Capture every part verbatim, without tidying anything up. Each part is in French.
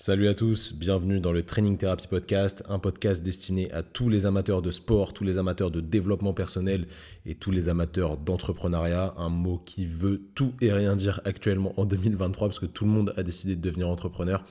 Salut à tous, bienvenue dans le Training Therapy Podcast, un podcast destiné à tous les amateurs de sport, tous les amateurs de développement personnel et tous les amateurs d'entrepreneuriat. Un mot qui veut tout et rien dire actuellement en deux mille vingt-trois parce que tout le monde a décidé de devenir entrepreneur.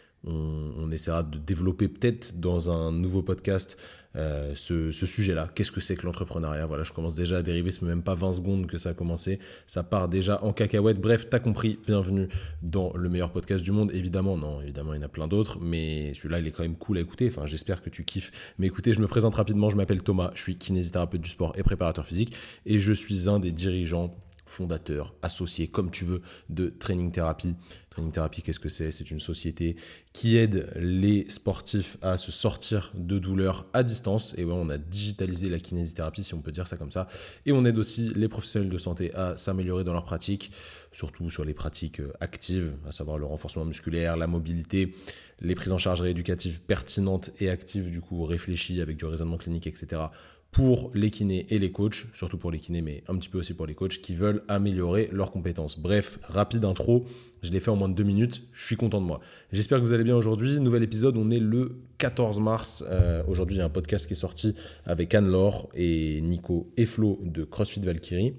On, on essaiera de développer peut-être dans un nouveau podcast euh, ce, ce sujet-là. Qu'est-ce que c'est que l'entrepreneuriat ? Voilà, je commence déjà à dériver, c'est même pas vingt secondes que ça a commencé. Ça part déjà en cacahuète. Bref, t'as compris, bienvenue dans le meilleur podcast du monde. Évidemment, non, évidemment, il y en a plein d'autres, mais celui-là, il est quand même cool à écouter. Enfin, j'espère que tu kiffes. Mais écoutez, je me présente rapidement, je m'appelle Thomas, je suis kinésithérapeute du sport et préparateur physique, et je suis un des dirigeants fondateur, associé, comme tu veux, de Training Therapy. Training Therapy, qu'est-ce que c'est ? C'est une société qui aide les sportifs à se sortir de douleurs à distance. Et ouais, on a digitalisé la kinésithérapie, si on peut dire ça comme ça. Et on aide aussi les professionnels de santé à s'améliorer dans leur pratique, surtout sur les pratiques actives, à savoir le renforcement musculaire, la mobilité, les prises en charge rééducatives pertinentes et actives, du coup réfléchies avec du raisonnement clinique, et cetera, pour les kinés et les coachs, surtout pour les kinés, mais un petit peu aussi pour les coachs qui veulent améliorer leurs compétences. Bref, rapide intro, je l'ai fait en moins de deux minutes, je suis content de moi. J'espère que vous allez bien aujourd'hui. Nouvel épisode, on est le quatorze mars. Euh, aujourd'hui, il y a un podcast qui est sorti avec Anne-Laure et Nico et Flo de CrossFit Valkyrie.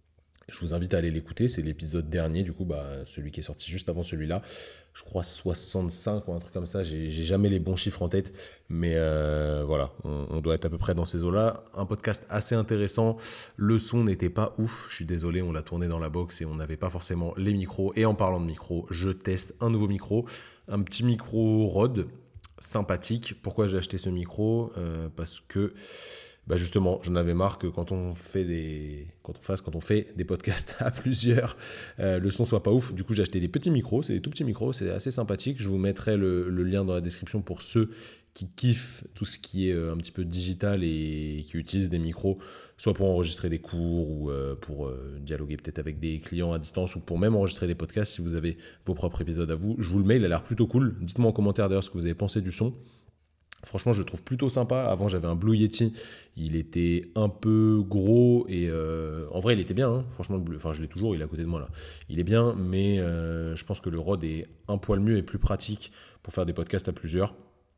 Je vous invite à aller l'écouter, c'est l'épisode dernier, du coup, bah, celui qui est sorti juste avant celui-là. Je crois soixante-cinq ou un truc comme ça, j'ai, j'ai jamais les bons chiffres en tête, mais euh, voilà, on, on doit être à peu près dans ces eaux-là. Un podcast assez intéressant, le son n'était pas ouf, je suis désolé, on l'a tourné dans la box et on n'avait pas forcément les micros. Et en parlant de micro, je teste un nouveau micro, un petit micro Rode, sympathique. Pourquoi j'ai acheté ce micro ? euh, Parce que bah justement, j'en avais marre que quand on fait des, quand on fasse, quand on fait des podcasts à plusieurs, euh, le son soit pas ouf. Du coup, j'ai acheté des petits micros, c'est des tout petits micros, c'est assez sympathique. Je vous mettrai le, le lien dans la description pour ceux qui kiffent tout ce qui est un petit peu digital et qui utilisent des micros, soit pour enregistrer des cours ou euh, pour euh, dialoguer peut-être avec des clients à distance ou pour même enregistrer des podcasts si vous avez vos propres épisodes à vous. Je vous le mets, il a l'air plutôt cool. Dites-moi en commentaire d'ailleurs ce que vous avez pensé du son. Franchement, je le trouve plutôt sympa. Avant, j'avais un Blue Yeti. Il était un peu gros et euh, en vrai, il était bien. Hein. Franchement, le Blue, enfin, je l'ai toujours. Il est à côté de moi là. Il est bien, mais euh, je pense que le Rode est un poil mieux et plus pratique pour faire des podcasts à plusieurs.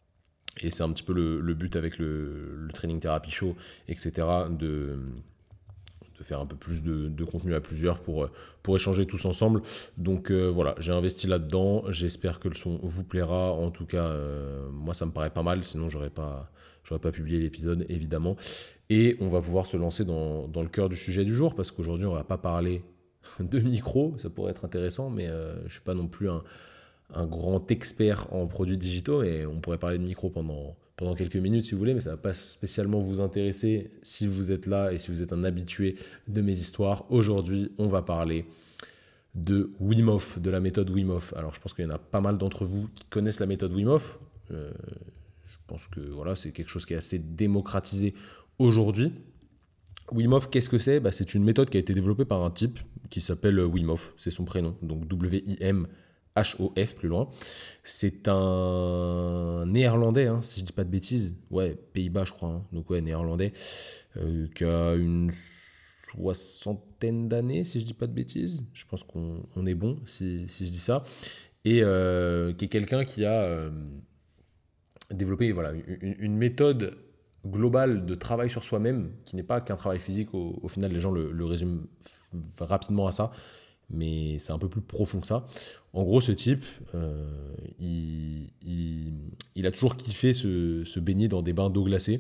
Et c'est un petit peu le, le but avec le, le Training Therapy Show, et cetera, de, de faire un peu plus de, de contenu à plusieurs pour, pour échanger tous ensemble. Donc euh, voilà, j'ai investi là-dedans. J'espère que le son vous plaira. En tout cas, euh, moi, ça me paraît pas mal. Sinon, j'aurais pas, j'aurais pas publié l'épisode, évidemment. Et on va pouvoir se lancer dans, dans le cœur du sujet du jour parce qu'aujourd'hui, on va pas parler de micro. Ça pourrait être intéressant, mais euh, je suis pas non plus un, un grand expert en produits digitaux et on pourrait parler de micro pendant... pendant quelques minutes si vous voulez, mais ça ne va pas spécialement vous intéresser si vous êtes là et si vous êtes un habitué de mes histoires. Aujourd'hui, on va parler de Wim Hof, de la méthode Wim Hof. Alors, je pense qu'il y en a pas mal d'entre vous qui connaissent la méthode Wim Hof. Euh, je pense que voilà, c'est quelque chose qui est assez démocratisé aujourd'hui. Wim Hof, qu'est-ce que c'est ? Bah, c'est une méthode qui a été développée par un type qui s'appelle Wim Hof, c'est son prénom, donc W I M H O F plus loin. C'est un néerlandais, hein, si je dis pas de bêtises. Ouais, Pays-Bas, je crois. Hein. Donc, ouais, néerlandais, euh, qui a une soixantaine d'années, si je dis pas de bêtises. Je pense qu'on on est bon si, si je dis ça. Et euh, qui est quelqu'un qui a euh, développé voilà, une, une méthode globale de travail sur soi-même, qui n'est pas qu'un travail physique. Au, au final, les gens le, le résument rapidement à ça. Mais c'est un peu plus profond que ça. En gros, ce type, euh, il, il, il a toujours kiffé se, se baigner dans des bains d'eau glacée.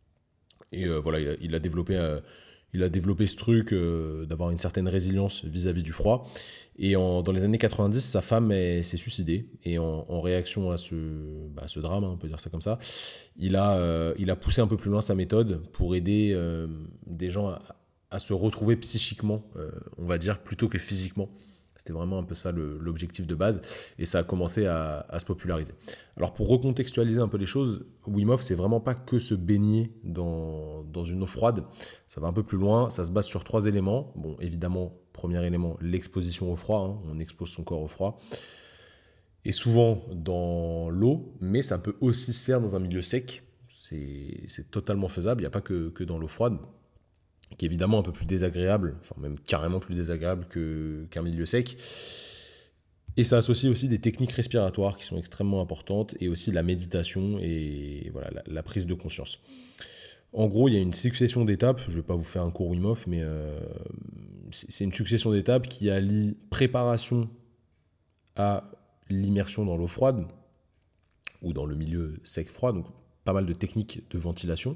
Et euh, voilà, il a, il a développé, euh, il a développé ce truc euh, d'avoir une certaine résilience vis-à-vis du froid. Et en, dans les années quatre-vingt-dix, sa femme elle, s'est suicidée. Et en, en réaction à ce, bah, ce drame, hein, on peut dire ça comme ça, il a, euh, il a poussé un peu plus loin sa méthode pour aider euh, des gens à à se retrouver psychiquement, euh, on va dire, plutôt que physiquement. C'était vraiment un peu ça le, l'objectif de base, et ça a commencé à, à se populariser. Alors pour recontextualiser un peu les choses, Wim Hof, c'est vraiment pas que se baigner dans, dans une eau froide, ça va un peu plus loin, ça se base sur trois éléments. Bon, évidemment, premier élément, l'exposition au froid, hein, on expose son corps au froid, et souvent dans l'eau, mais ça peut aussi se faire dans un milieu sec, c'est, c'est totalement faisable, il n'y a pas que, que dans l'eau froide, qui est évidemment un peu plus désagréable, enfin même carrément plus désagréable que, qu'un milieu sec. Et ça associe aussi des techniques respiratoires qui sont extrêmement importantes et aussi la méditation et voilà, la, la prise de conscience. En gros, il y a une succession d'étapes. Je ne vais pas vous faire un cours Wim Hof, mais euh, c'est une succession d'étapes qui allie préparation à l'immersion dans l'eau froide ou dans le milieu sec-froid, donc pas mal de techniques de ventilation.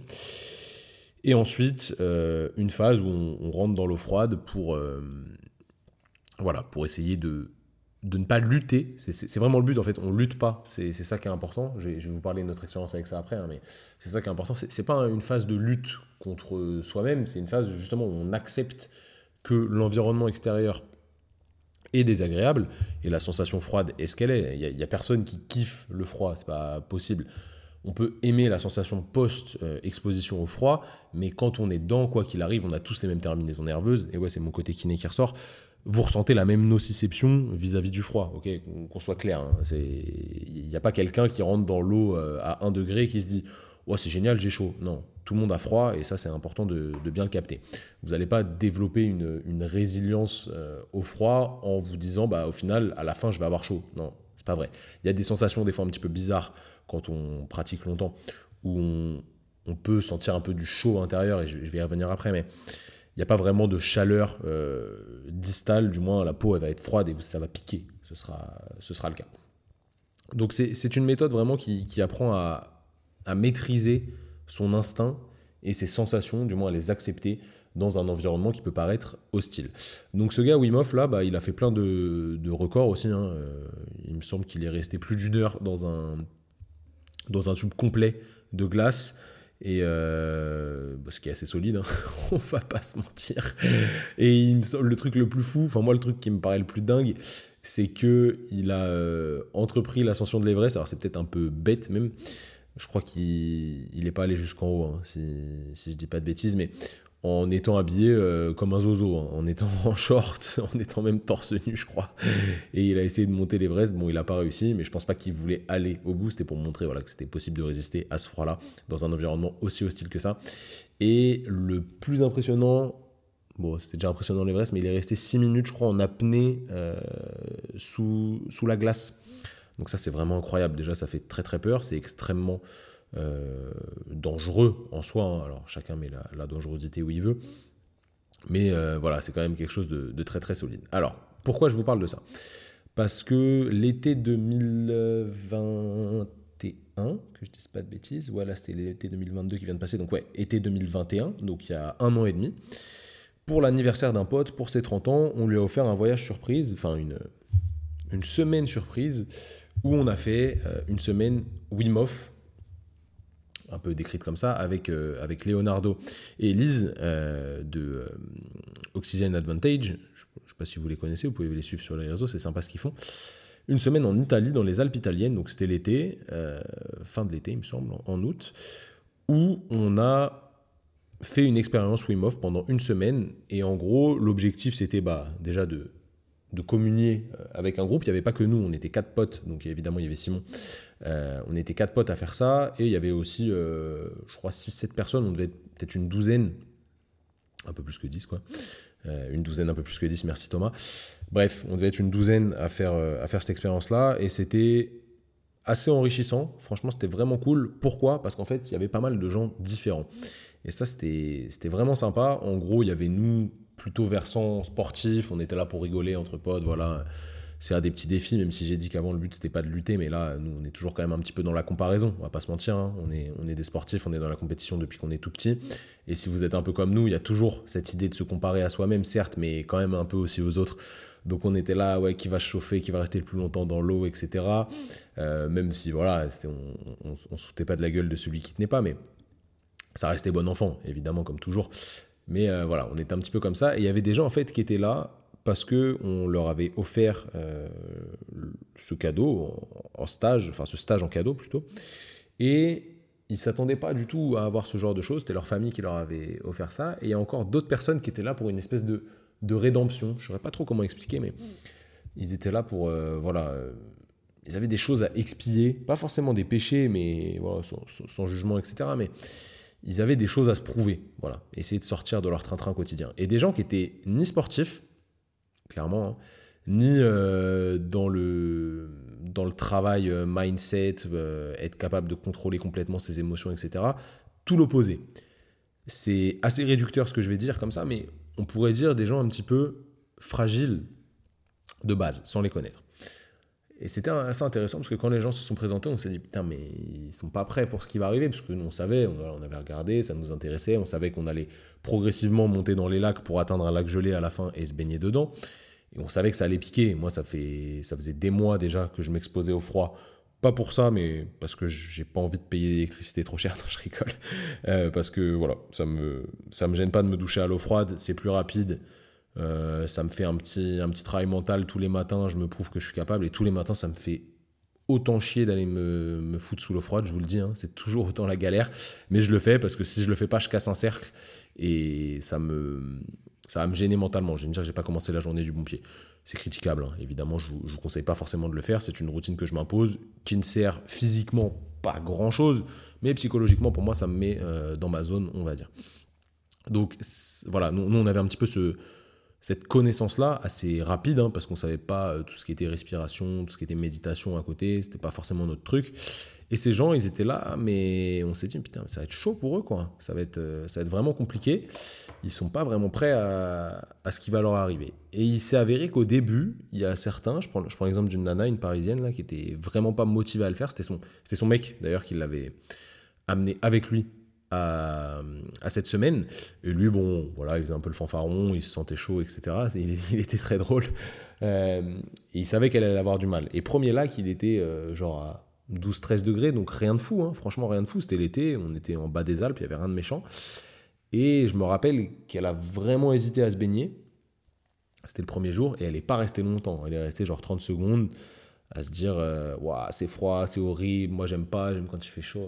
Et ensuite, euh, une phase où on, on rentre dans l'eau froide pour, euh, voilà, pour essayer de, de ne pas lutter. C'est, c'est, c'est vraiment le but, en fait. On ne lutte pas. C'est, c'est ça qui est important. Je vais, je vais vous parler de notre expérience avec ça après, hein, mais c'est ça qui est important. Ce n'est pas une phase de lutte contre soi-même. C'est une phase, justement, où on accepte que l'environnement extérieur est désagréable. Et la sensation froide est ce qu'elle est. Il n'y a, a personne qui kiffe le froid. Ce n'est pas possible. On peut aimer la sensation post-exposition au froid, mais quand on est dedans, quoi qu'il arrive, on a tous les mêmes terminaisons nerveuses. Et ouais, c'est mon côté kiné qui ressort. Vous ressentez la même nociception vis-à-vis du froid, ok, qu'on soit clair. Hein. Il n'y a pas quelqu'un qui rentre dans l'eau à un degré et qui se dit « Ouais, c'est génial, j'ai chaud ». Non, tout le monde a froid et ça, c'est important de, de bien le capter. Vous n'allez pas développer une, une résilience euh, au froid en vous disant bah, « Au final, à la fin, je vais avoir chaud ». Non, c'est pas vrai. Il y a des sensations des fois un petit peu bizarres quand on pratique longtemps, où on, on peut sentir un peu du chaud intérieur, et je, je vais y revenir après, mais il n'y a pas vraiment de chaleur euh, distale, du moins la peau elle va être froide et ça va piquer, ce sera, ce sera le cas. Donc c'est, c'est une méthode vraiment qui, qui apprend à, à maîtriser son instinct et ses sensations, du moins à les accepter dans un environnement qui peut paraître hostile. Donc ce gars Wim Hof là, bah, il a fait plein de, de records aussi, hein. Euh, il me semble qu'il est resté plus d'une heure dans un... dans un tube complet de glace, et euh, ce qui est assez solide, hein, on va pas se mentir. Et il me semble, le truc le plus fou, enfin moi le truc qui me paraît le plus dingue, c'est qu'il a euh, entrepris l'ascension de l'Everest. Alors c'est peut-être un peu bête même, je crois qu'il n'est pas allé jusqu'en haut, hein, si, si je dis pas de bêtises, mais en étant habillé euh, comme un zozo, hein, en étant en short, en étant même torse nu, je crois. Et il a essayé de monter l'Everest. Bon, il n'a pas réussi, mais je pense pas qu'il voulait aller au bout. C'était pour montrer voilà, que c'était possible de résister à ce froid-là dans un environnement aussi hostile que ça. Et le plus impressionnant, bon, c'était déjà impressionnant l'Everest, mais il est resté six minutes, je crois, en apnée euh, sous, sous la glace. Donc ça, c'est vraiment incroyable. Déjà, ça fait très très peur. C'est extrêmement Euh, dangereux en soi, hein. Alors chacun met la, la dangerosité où il veut, mais euh, voilà, c'est quand même quelque chose de, de très très solide. Alors pourquoi je vous parle de ça? Parce que l'été deux mille vingt et un, que je dise pas de bêtises, voilà, c'était l'été deux mille vingt-deux qui vient de passer, donc ouais, été deux mille vingt et un, donc il y a un an et demi, pour l'anniversaire d'un pote, pour ses trente ans, on lui a offert un voyage surprise, enfin une, une semaine surprise, où on a fait euh, une semaine Wim Hof, un peu décrite comme ça, avec, euh, avec Leonardo et Elise euh, de euh, Oxygen Advantage. Je ne sais pas si vous les connaissez, vous pouvez les suivre sur les réseaux, c'est sympa ce qu'ils font. Une semaine en Italie, dans les Alpes italiennes, donc c'était l'été, euh, fin de l'été il me semble, en, en août, où on a fait une expérience Wim Hof pendant une semaine, et en gros l'objectif c'était bah, déjà de de communier avec un groupe. Il n'y avait pas que nous, on était quatre potes, donc évidemment il y avait Simon. Euh, on était quatre potes à faire ça, et il y avait aussi, euh, je crois, six sept personnes, on devait être peut-être une douzaine, un peu plus que dix, quoi. Euh, une douzaine, un peu plus que dix, merci Thomas. Bref, on devait être une douzaine à faire, euh, à faire cette expérience-là, et c'était assez enrichissant. Franchement, c'était vraiment cool. Pourquoi ? Parce qu'en fait, il y avait pas mal de gens différents. Et ça, c'était, c'était vraiment sympa. En gros, il y avait nous, plutôt versant sportif, on était là pour rigoler entre potes, voilà, faire des petits défis, même si j'ai dit qu'avant le but c'était pas de lutter, mais là nous on est toujours quand même un petit peu dans la comparaison, on va pas se mentir, hein. on, est, on est des sportifs, on est dans la compétition depuis qu'on est tout petit, et si vous êtes un peu comme nous, il y a toujours cette idée de se comparer à soi-même, certes, mais quand même un peu aussi aux autres. Donc on était là, ouais, qui va se chauffer, qui va rester le plus longtemps dans l'eau, et cetera. Euh, même si voilà, c'était, on, on, on se foutait pas de la gueule de celui qui tenait pas, mais ça restait bon enfant, évidemment, comme toujours. Mais euh, voilà, on était un petit peu comme ça. Et il y avait des gens en fait qui étaient là parce qu'on leur avait offert euh, ce cadeau en, en stage, enfin ce stage en cadeau plutôt. Et ils ne s'attendaient pas du tout à avoir ce genre de choses. C'était leur famille qui leur avait offert ça. Et il y a encore d'autres personnes qui étaient là pour une espèce de, de rédemption. Je ne saurais pas trop comment expliquer, mais ils étaient là pour... Euh, voilà, euh, ils avaient des choses à expier. Pas forcément des péchés, mais voilà, sans, sans jugement, et cetera. Mais... ils avaient des choses à se prouver, voilà, essayer de sortir de leur train-train quotidien. Et des gens qui étaient ni sportifs, clairement, hein, ni euh, dans, le, dans le travail euh, mindset, euh, être capable de contrôler complètement ses émotions, et cetera. Tout l'opposé. C'est assez réducteur ce que je vais dire comme ça, mais on pourrait dire des gens un petit peu fragiles de base, sans les connaître. Et c'était assez intéressant parce que quand les gens se sont présentés, on s'est dit putain, mais ils sont pas prêts pour ce qui va arriver, parce que nous on savait, on avait regardé, ça nous intéressait, on savait qu'on allait progressivement monter dans les lacs pour atteindre un lac gelé à la fin et se baigner dedans. Et on savait que ça allait piquer. Moi, ça, fait, ça faisait des mois déjà que je m'exposais au froid. Pas pour ça, mais parce que j'ai pas envie de payer l'électricité trop cher. Non, je rigole. Euh, parce que voilà, ça me, ça me gêne pas de me doucher à l'eau froide, c'est plus rapide. Euh, ça me fait un petit, un petit travail mental tous les matins, je me prouve que je suis capable, et tous les matins ça me fait autant chier d'aller me, me foutre sous l'eau froide, je vous le dis, hein, c'est toujours autant la galère, mais je le fais parce que si je le fais pas, je casse un cercle, et ça, me, ça va me gêner mentalement. Je vais me dire que j'ai pas commencé la journée du bon pied. C'est critiquable, hein. Évidemment, je vous, je vous conseille pas forcément de le faire, c'est une routine que je m'impose, qui ne sert physiquement pas grand chose, mais psychologiquement pour moi ça me met euh, dans ma zone, on va dire. Donc voilà, nous, nous on avait un petit peu ce cette connaissance-là, assez rapide, hein, parce qu'on ne savait pas euh, tout ce qui était respiration, tout ce qui était méditation à côté, c'était pas forcément notre truc. Et ces gens, ils étaient là, mais on s'est dit, putain, ça va être chaud pour eux, quoi. Ça va être, euh, ça va être vraiment compliqué. Ils sont pas vraiment prêts à, à ce qui va leur arriver. Et il s'est avéré qu'au début, il y a certains, je prends, je prends l'exemple d'une nana, une parisienne, là, qui était vraiment pas motivée à le faire. C'était son, c'était son mec, d'ailleurs, qui l'avait amené avec lui À, à cette semaine. Et lui, bon, voilà, il faisait un peu le fanfaron, il se sentait chaud, et cetera. Il, il était très drôle. Euh, et il savait qu'elle allait avoir du mal. Et premier lac, il était euh, genre à douze treize degrés, donc rien de fou, hein, franchement rien de fou. C'était l'été, on était en bas des Alpes, il n'y avait rien de méchant. Et je me rappelle qu'elle a vraiment hésité à se baigner. C'était le premier jour, et elle n'est pas restée longtemps. Elle est restée genre trente secondes à se dire euh, Ouah, c'est froid, c'est horrible, moi j'aime pas, j'aime quand il fait chaud.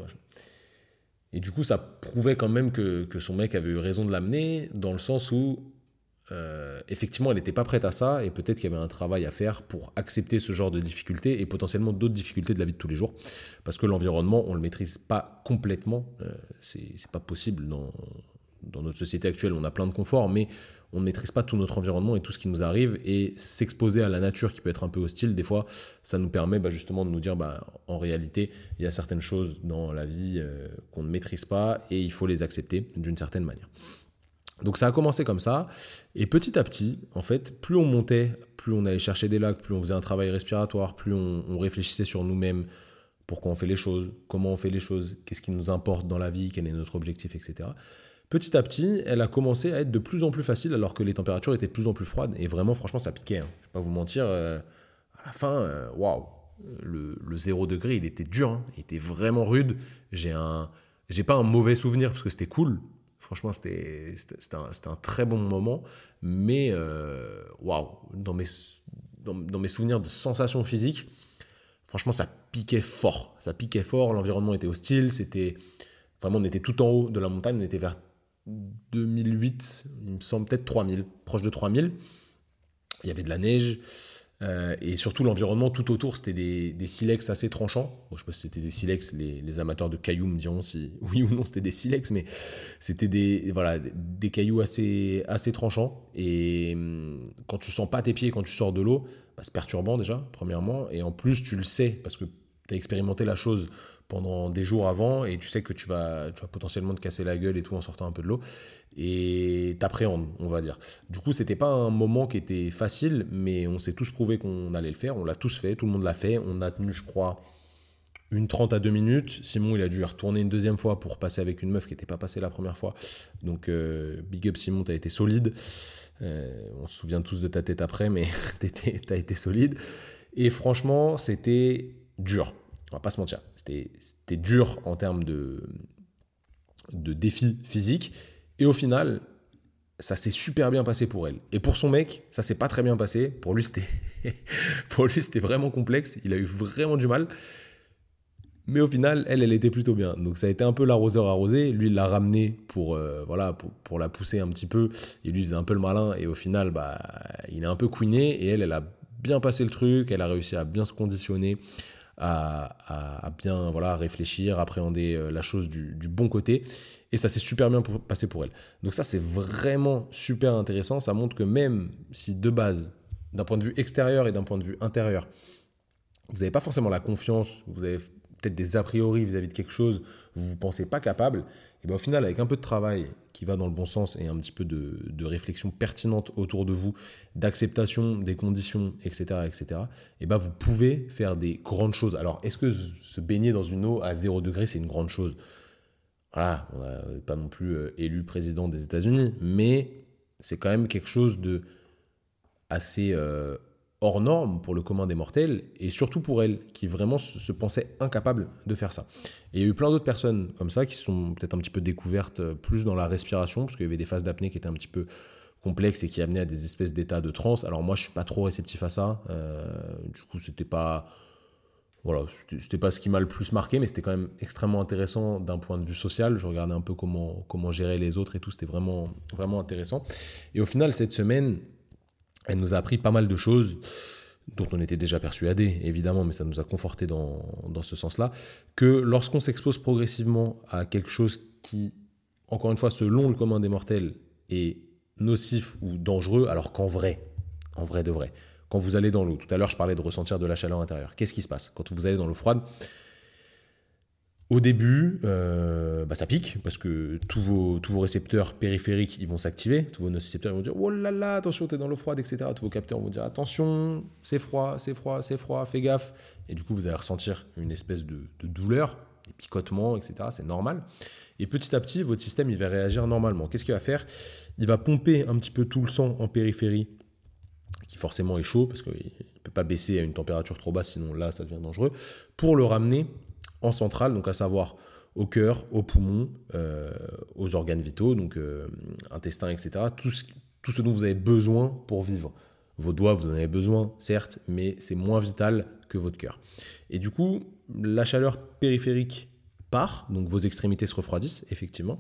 Et du coup, ça prouvait quand même que, que son mec avait eu raison de l'amener, dans le sens où, euh, effectivement, elle n'était pas prête à ça, et peut-être qu'il y avait un travail à faire pour accepter ce genre de difficultés, et potentiellement d'autres difficultés de la vie de tous les jours. Parce que l'environnement, on ne le maîtrise pas complètement. Euh, c'est, c'est pas possible dans, dans notre société actuelle. On a plein de confort, mais on ne maîtrise pas tout notre environnement et tout ce qui nous arrive, et s'exposer à la nature qui peut être un peu hostile, des fois, ça nous permet bah, justement de nous dire, bah, en réalité, il y a certaines choses dans la vie euh, qu'on ne maîtrise pas, et il faut les accepter d'une certaine manière. Donc ça a commencé comme ça, et petit à petit, en fait, plus on montait, plus on allait chercher des lacs, plus on faisait un travail respiratoire, plus on, on réfléchissait sur nous-mêmes, pourquoi on fait les choses, comment on fait les choses, qu'est-ce qui nous importe dans la vie, quel est notre objectif, et cetera. Petit à petit, elle a commencé à être de plus en plus facile alors que les températures étaient de plus en plus froides. Et vraiment, franchement, ça piquait. Hein. Je ne vais pas vous mentir. Euh, à la fin, waouh, wow, le, le zéro degré, il était dur. Hein. Il était vraiment rude. J'ai, un, j'ai pas un mauvais souvenir parce que c'était cool. Franchement, c'était, c'était, c'était, un, c'était un très bon moment. Mais waouh, wow, dans, mes, dans, dans mes souvenirs de sensations physiques, franchement, ça piquait fort. Ça piquait fort. L'environnement était hostile. C'était, vraiment, on était tout en haut de la montagne. On était vers deux mille huit, il me semble peut-être trois mille, proche de trois mille. Il y avait de la neige euh, et surtout l'environnement tout autour, c'était des, des silex assez tranchants. Bon, je ne sais pas si c'était des silex, les, les amateurs de cailloux me diront si oui ou non c'était des silex, mais c'était des, voilà, des cailloux assez, assez tranchants. Et hum, quand tu sens pas tes pieds quand tu sors de l'eau, bah, c'est perturbant déjà, premièrement. Et en plus, tu le sais parce que tu as expérimenté la chose pendant des jours avant, et tu sais que tu vas, tu vas potentiellement te casser la gueule et tout en sortant un peu de l'eau, et t'appréhendes, on va dire. Du coup, c'était pas un moment qui était facile, mais on s'est tous prouvé qu'on allait le faire, on l'a tous fait, tout le monde l'a fait, on a tenu, je crois, une trente à deux minutes. Simon, il a dû y retourner une deuxième fois pour passer avec une meuf qui n'était pas passée la première fois. Donc, euh, big up Simon, t'as été solide. Euh, on se souvient tous de ta tête après, mais t'as été solide. Et franchement, c'était dur. On va pas se mentir. C'était, c'était dur en termes de, de défis physiques. Et au final, ça s'est super bien passé pour elle. Et pour son mec, ça s'est pas très bien passé. Pour lui, c'était, pour lui, c'était vraiment complexe. Il a eu vraiment du mal. Mais au final, elle, elle était plutôt bien. Donc ça a été un peu l'arroseur arrosé. Lui, il l'a ramené pour, euh, voilà, pour, pour la pousser un petit peu. Et lui, il faisait un peu le malin. Et au final, bah, il est un peu couiné. Et elle, elle a bien passé le truc. Elle a réussi à bien se conditionner, à, à, à bien voilà, réfléchir, appréhender euh, la chose du, du bon côté. Et ça s'est super bien pour, passé pour elle. Donc ça, c'est vraiment super intéressant. Ça montre que même si de base, d'un point de vue extérieur et d'un point de vue intérieur, vous n'avez pas forcément la confiance, vous avez peut-être des a priori vis-à-vis de quelque chose, vous ne vous pensez pas capable, et bien au final, avec un peu de travail qui va dans le bon sens et un petit peu de, de réflexion pertinente autour de vous, d'acceptation des conditions, et cetera, et cetera, et bien vous pouvez faire des grandes choses. Alors, est-ce que se baigner dans une eau à zéro degré, c'est une grande chose ? Voilà, on n'est pas non plus élu président des États-Unis, mais c'est quand même quelque chose de assez euh, hors norme pour le commun des mortels, et surtout pour elle, qui vraiment se, se pensait incapable de faire ça. Et il y a eu plein d'autres personnes comme ça, qui se sont peut-être un petit peu découvertes plus dans la respiration, parce qu'il y avait des phases d'apnée qui étaient un petit peu complexes et qui amenaient à des espèces d'états de transe. Alors moi, je ne suis pas trop réceptif à ça. Euh, du coup, c'était pas... Voilà, c'était, c'était pas ce qui m'a le plus marqué, mais c'était quand même extrêmement intéressant d'un point de vue social. Je regardais un peu comment, comment gérer les autres et tout, c'était vraiment, vraiment intéressant. Et au final, cette semaine, elle nous a appris pas mal de choses dont on était déjà persuadé, évidemment, mais ça nous a conforté dans, dans ce sens-là, que lorsqu'on s'expose progressivement à quelque chose qui, encore une fois, selon le commun des mortels, est nocif ou dangereux, alors qu'en vrai, en vrai de vrai, quand vous allez dans l'eau, tout à l'heure je parlais de ressentir de la chaleur intérieure, qu'est-ce qui se passe quand vous allez dans l'eau froide ? Au début, euh, bah ça pique parce que tous vos, tous vos récepteurs périphériques ils vont s'activer, tous vos nocicepteurs ils vont dire « Oh là là, attention, t'es dans l'eau froide, et cetera » Tous vos capteurs vont dire « Attention, c'est froid, c'est froid, c'est froid, fais gaffe » Et du coup, vous allez ressentir une espèce de, de douleur, des picotements, et cetera. C'est normal. Et petit à petit, votre système il va réagir normalement. Qu'est-ce qu'il va faire ? Il va pomper un petit peu tout le sang en périphérie, qui forcément est chaud, parce qu'il ne peut pas baisser à une température trop basse, sinon là, ça devient dangereux, pour le ramener en centrale, donc à savoir au cœur, aux poumons, euh, aux organes vitaux, donc euh, intestins, et cetera. Tout ce, tout ce dont vous avez besoin pour vivre. Vos doigts, vous en avez besoin, certes, mais c'est moins vital que votre cœur. Et du coup, la chaleur périphérique part, donc vos extrémités se refroidissent, effectivement,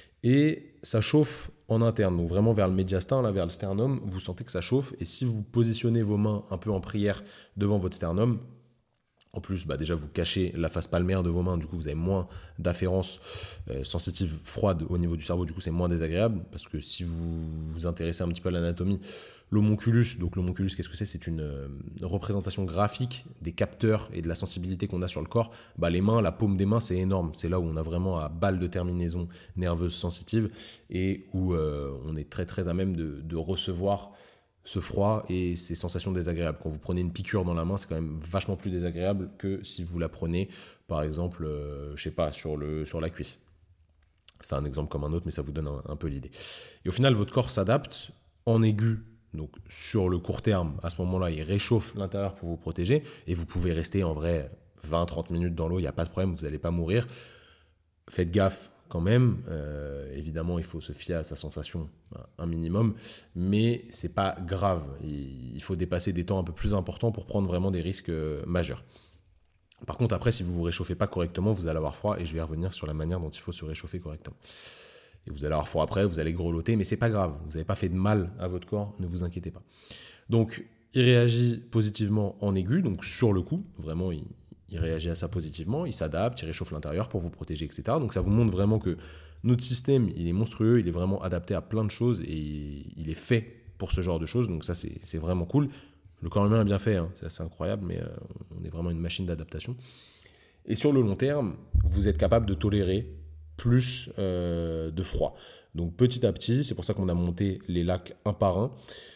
et ça chauffe en interne, donc vraiment vers le médiastin, là, vers le sternum, vous sentez que ça chauffe, et si vous positionnez vos mains un peu en prière devant votre sternum, en plus, bah déjà, vous cachez la face palmaire de vos mains, du coup, vous avez moins d'afférence euh, sensitive froide au niveau du cerveau, du coup, c'est moins désagréable, parce que si vous vous intéressez un petit peu à l'anatomie, l'homonculus, donc l'homonculus, qu'est-ce que c'est ? C'est une euh, représentation graphique des capteurs et de la sensibilité qu'on a sur le corps. Bah, les mains, la paume des mains, c'est énorme, c'est là où on a vraiment à balle de terminaison nerveuse sensitive, et où euh, on est très très à même de, de recevoir ce froid et ces sensations désagréables. Quand vous prenez une piqûre dans la main, c'est quand même vachement plus désagréable que si vous la prenez, par exemple, euh, je sais pas, sur, le, sur la cuisse. C'est un exemple comme un autre, mais ça vous donne un, un peu l'idée. Et au final, votre corps s'adapte en aigu, donc sur le court terme. À ce moment-là, il réchauffe l'intérieur pour vous protéger, et vous pouvez rester en vrai vingt à trente minutes dans l'eau, il n'y a pas de problème, vous n'allez pas mourir. Faites gaffe quand même, euh, évidemment il faut se fier à sa sensation un minimum, mais c'est pas grave, il, il faut dépasser des temps un peu plus importants pour prendre vraiment des risques euh, majeurs. Par contre après, si vous ne vous réchauffez pas correctement, vous allez avoir froid, et je vais revenir sur la manière dont il faut se réchauffer correctement. Et vous allez avoir froid après, vous allez grelotter, mais c'est pas grave, vous n'avez pas fait de mal à votre corps, ne vous inquiétez pas. Donc il réagit positivement en aigu, donc sur le coup, vraiment il Il réagit à ça positivement, il s'adapte, il réchauffe l'intérieur pour vous protéger, et cetera. Donc ça vous montre vraiment que notre système, il est monstrueux, il est vraiment adapté à plein de choses et il est fait pour ce genre de choses. Donc ça, c'est, c'est vraiment cool. Le corps humain est bien fait, hein, c'est assez incroyable, mais euh, on est vraiment une machine d'adaptation. Et sur le long terme, vous êtes capable de tolérer plus euh, de froid. Donc petit à petit, c'est pour ça qu'on a monté les lacs un par un.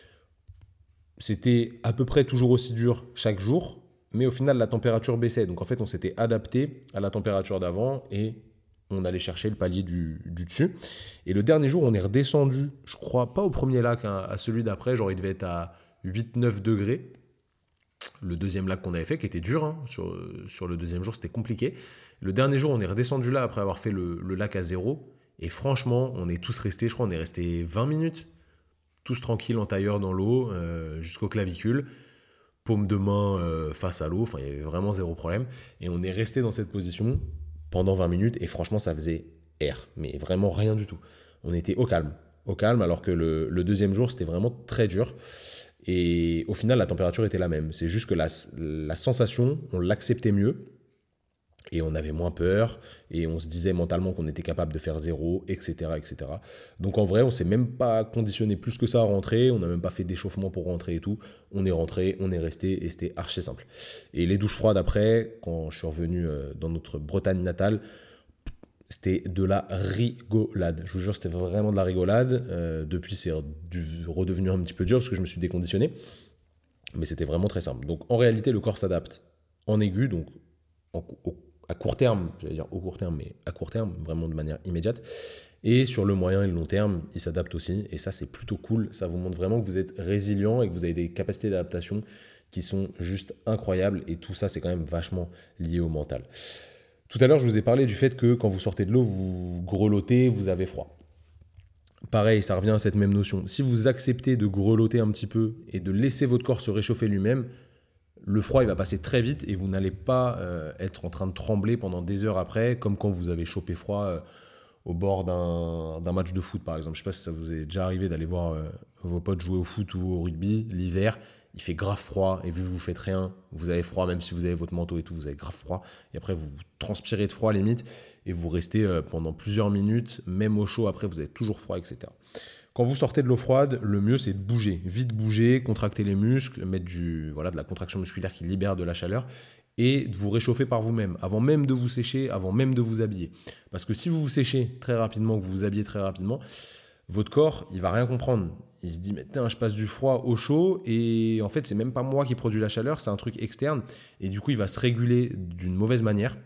C'était à peu près toujours aussi dur chaque jour, mais au final, la température baissait. Donc en fait, on s'était adapté à la température d'avant et on allait chercher le palier du, du dessus. Et le dernier jour, on est redescendu, je crois pas au premier lac, hein, à celui d'après, genre il devait être à huit neuf degrés. Le deuxième lac qu'on avait fait, qui était dur, hein, sur, sur le deuxième jour, c'était compliqué. Le dernier jour, on est redescendu là après avoir fait le, le lac à zéro. Et franchement, on est tous restés, je crois, on est restés vingt minutes, tous tranquilles en tailleur dans l'eau, euh, jusqu'aux clavicules. Paume de main euh, face à l'eau, enfin il y avait vraiment zéro problème, et on est resté dans cette position pendant vingt minutes, et franchement ça faisait air, mais vraiment rien du tout. On était au calme, au calme, alors que le, le deuxième jour c'était vraiment très dur, et au final la température était la même, c'est juste que la, la sensation, on l'acceptait mieux, Et on avait moins peur, et on se disait mentalement qu'on était capable de faire zéro, et cetera, et cetera. Donc en vrai, on s'est même pas conditionné plus que ça à rentrer, on n'a même pas fait d'échauffement pour rentrer et tout. On est rentré, on est resté, et c'était archi simple. Et les douches froides après, quand je suis revenu dans notre Bretagne natale, c'était de la rigolade. Je vous jure, c'était vraiment de la rigolade. Euh, depuis, c'est redevenu un petit peu dur parce que je me suis déconditionné. Mais c'était vraiment très simple. Donc en réalité, le corps s'adapte en aigu, donc en, au, à court terme, j'allais dire au court terme, mais à court terme, vraiment de manière immédiate. Et sur le moyen et le long terme, il s'adapte aussi. Et ça, c'est plutôt cool. Ça vous montre vraiment que vous êtes résilient et que vous avez des capacités d'adaptation qui sont juste incroyables. Et tout ça, c'est quand même vachement lié au mental. Tout à l'heure, je vous ai parlé du fait que quand vous sortez de l'eau, vous grelottez, vous avez froid. Pareil, ça revient à cette même notion. Si vous acceptez de grelotter un petit peu et de laisser votre corps se réchauffer lui-même, le froid, il va passer très vite et vous n'allez pas euh, être en train de trembler pendant des heures après, comme quand vous avez chopé froid euh, au bord d'un, d'un match de foot, par exemple. Je ne sais pas si ça vous est déjà arrivé d'aller voir euh, vos potes jouer au foot ou au rugby l'hiver. Il fait grave froid et vu que vous ne faites rien, vous avez froid, même si vous avez votre manteau et tout, vous avez grave froid. Et après, vous transpirez de froid limite et vous restez euh, pendant plusieurs minutes, même au chaud, après, vous avez toujours froid, et cetera. Quand vous sortez de l'eau froide, le mieux, c'est de bouger. Vite bouger, contracter les muscles, mettre du, voilà, de la contraction musculaire qui libère de la chaleur et de vous réchauffer par vous-même, avant même de vous sécher, avant même de vous habiller. Parce que si vous vous séchez très rapidement, que vous vous habillez très rapidement, votre corps, il va rien comprendre. Il se dit, mais tain, je passe du froid au chaud et en fait, c'est même pas moi qui produis la chaleur, c'est un truc externe. Et du coup, il va se réguler d'une mauvaise manière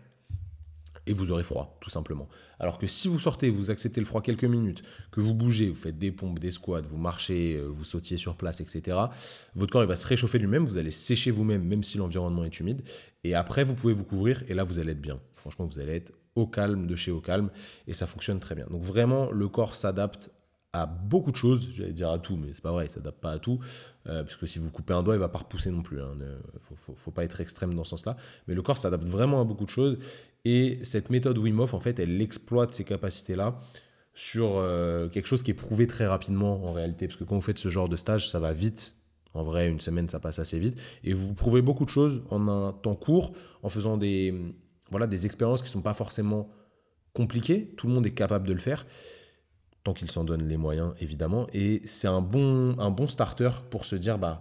et vous aurez froid, tout simplement. Alors que si vous sortez, vous acceptez le froid quelques minutes, que vous bougez, vous faites des pompes, des squats, vous marchez, vous sautiez sur place, et cetera, votre corps il va se réchauffer lui-même, vous allez sécher vous-même, même si l'environnement est humide. Et après, vous pouvez vous couvrir et là, vous allez être bien. Franchement, vous allez être au calme, de chez au calme, et ça fonctionne très bien. Donc vraiment, le corps s'adapte à beaucoup de choses, j'allais dire à tout, mais c'est pas vrai, il ne s'adapte pas à tout, euh, parce que si vous coupez un doigt, il ne va pas repousser non plus. Il hein, ne faut, faut, faut pas être extrême dans ce sens-là, mais le corps s'adapte vraiment à beaucoup de choses, et cette méthode Wim Hof, en fait, elle exploite ces capacités-là sur euh, quelque chose qui est prouvé très rapidement en réalité, parce que quand vous faites ce genre de stage, ça va vite. En vrai, une semaine, ça passe assez vite, et vous prouvez beaucoup de choses en un temps court, en faisant des, voilà, des expériences qui ne sont pas forcément compliquées, tout le monde est capable de le faire, tant qu'il s'en donne les moyens, évidemment. Et c'est un bon, un bon starter pour se dire, bah,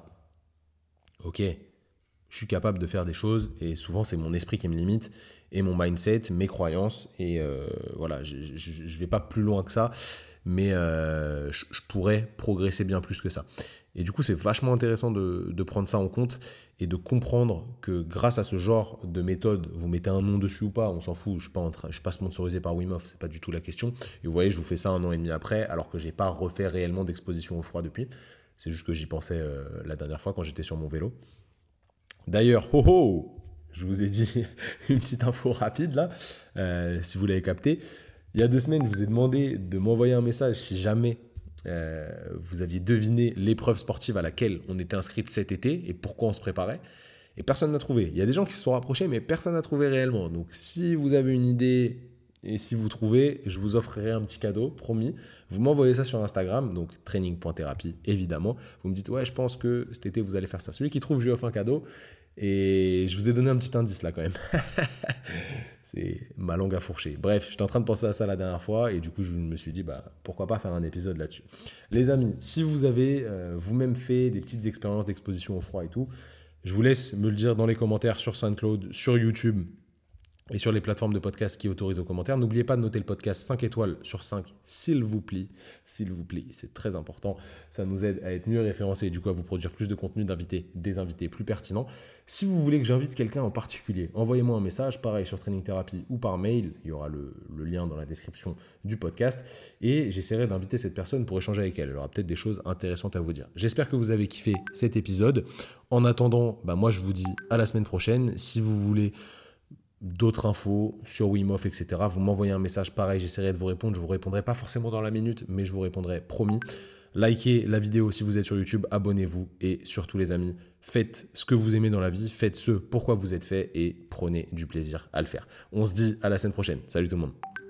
ok, je suis capable de faire des choses. Et souvent, c'est mon esprit qui me limite, et mon mindset, mes croyances. Et euh, voilà, je ne vais pas plus loin que ça, mais euh, je, je pourrais progresser bien plus que ça. Et du coup, c'est vachement intéressant de, de prendre ça en compte et de comprendre que grâce à ce genre de méthode, vous mettez un nom dessus ou pas, on s'en fout, je ne suis pas, en train, je suis pas sponsorisé par Wim Hof, ce n'est pas du tout la question. Et vous voyez, je vous fais ça un an et demi après, alors que je n'ai pas refait réellement d'exposition au froid depuis. C'est juste que j'y pensais euh, la dernière fois quand j'étais sur mon vélo. D'ailleurs, ho ho, je vous ai dit une petite info rapide là, euh, si vous l'avez capté. Il y a deux semaines, je vous ai demandé de m'envoyer un message si jamais Euh, vous aviez deviné l'épreuve sportive à laquelle on était inscrite cet été et pourquoi on se préparait. Et personne n'a trouvé. Il y a des gens qui se sont rapprochés, mais personne n'a trouvé réellement. Donc si vous avez une idée et si vous trouvez, je vous offrirai un petit cadeau, promis. Vous m'envoyez ça sur Instagram, donc training point thérapie, évidemment. Vous me dites, ouais, je pense que cet été, vous allez faire ça. Celui qui trouve, je lui offre un cadeau. Et je vous ai donné un petit indice là quand même. C'est ma langue à fourcher. Bref, j'étais en train de penser à ça la dernière fois et du coup, je me suis dit, bah, pourquoi pas faire un épisode là-dessus. Les amis, si vous avez euh, vous-même fait des petites expériences d'exposition au froid et tout, je vous laisse me le dire dans les commentaires sur SoundCloud, sur YouTube et sur les plateformes de podcast qui autorisent aux commentaires. N'oubliez pas de noter le podcast cinq étoiles sur cinq, s'il vous plaît. S'il vous plaît, c'est très important. Ça nous aide à être mieux référencés et du coup à vous produire plus de contenu, d'invités, des invités plus pertinents. Si vous voulez que j'invite quelqu'un en particulier, envoyez-moi un message, pareil sur Training Therapy ou par mail. Il y aura le, le lien dans la description du podcast et j'essaierai d'inviter cette personne pour échanger avec elle. Elle aura peut-être des choses intéressantes à vous dire. J'espère que vous avez kiffé cet épisode. En attendant, bah moi je vous dis à la semaine prochaine. Si vous voulez d'autres infos sur Wim Hof, et cetera, vous m'envoyez un message, pareil, j'essaierai de vous répondre. Je ne vous répondrai pas forcément dans la minute, mais je vous répondrai, promis. Likez la vidéo si vous êtes sur YouTube, abonnez-vous et surtout les amis, faites ce que vous aimez dans la vie, faites ce pourquoi vous êtes fait et prenez du plaisir à le faire. On se dit à la semaine prochaine. Salut tout le monde.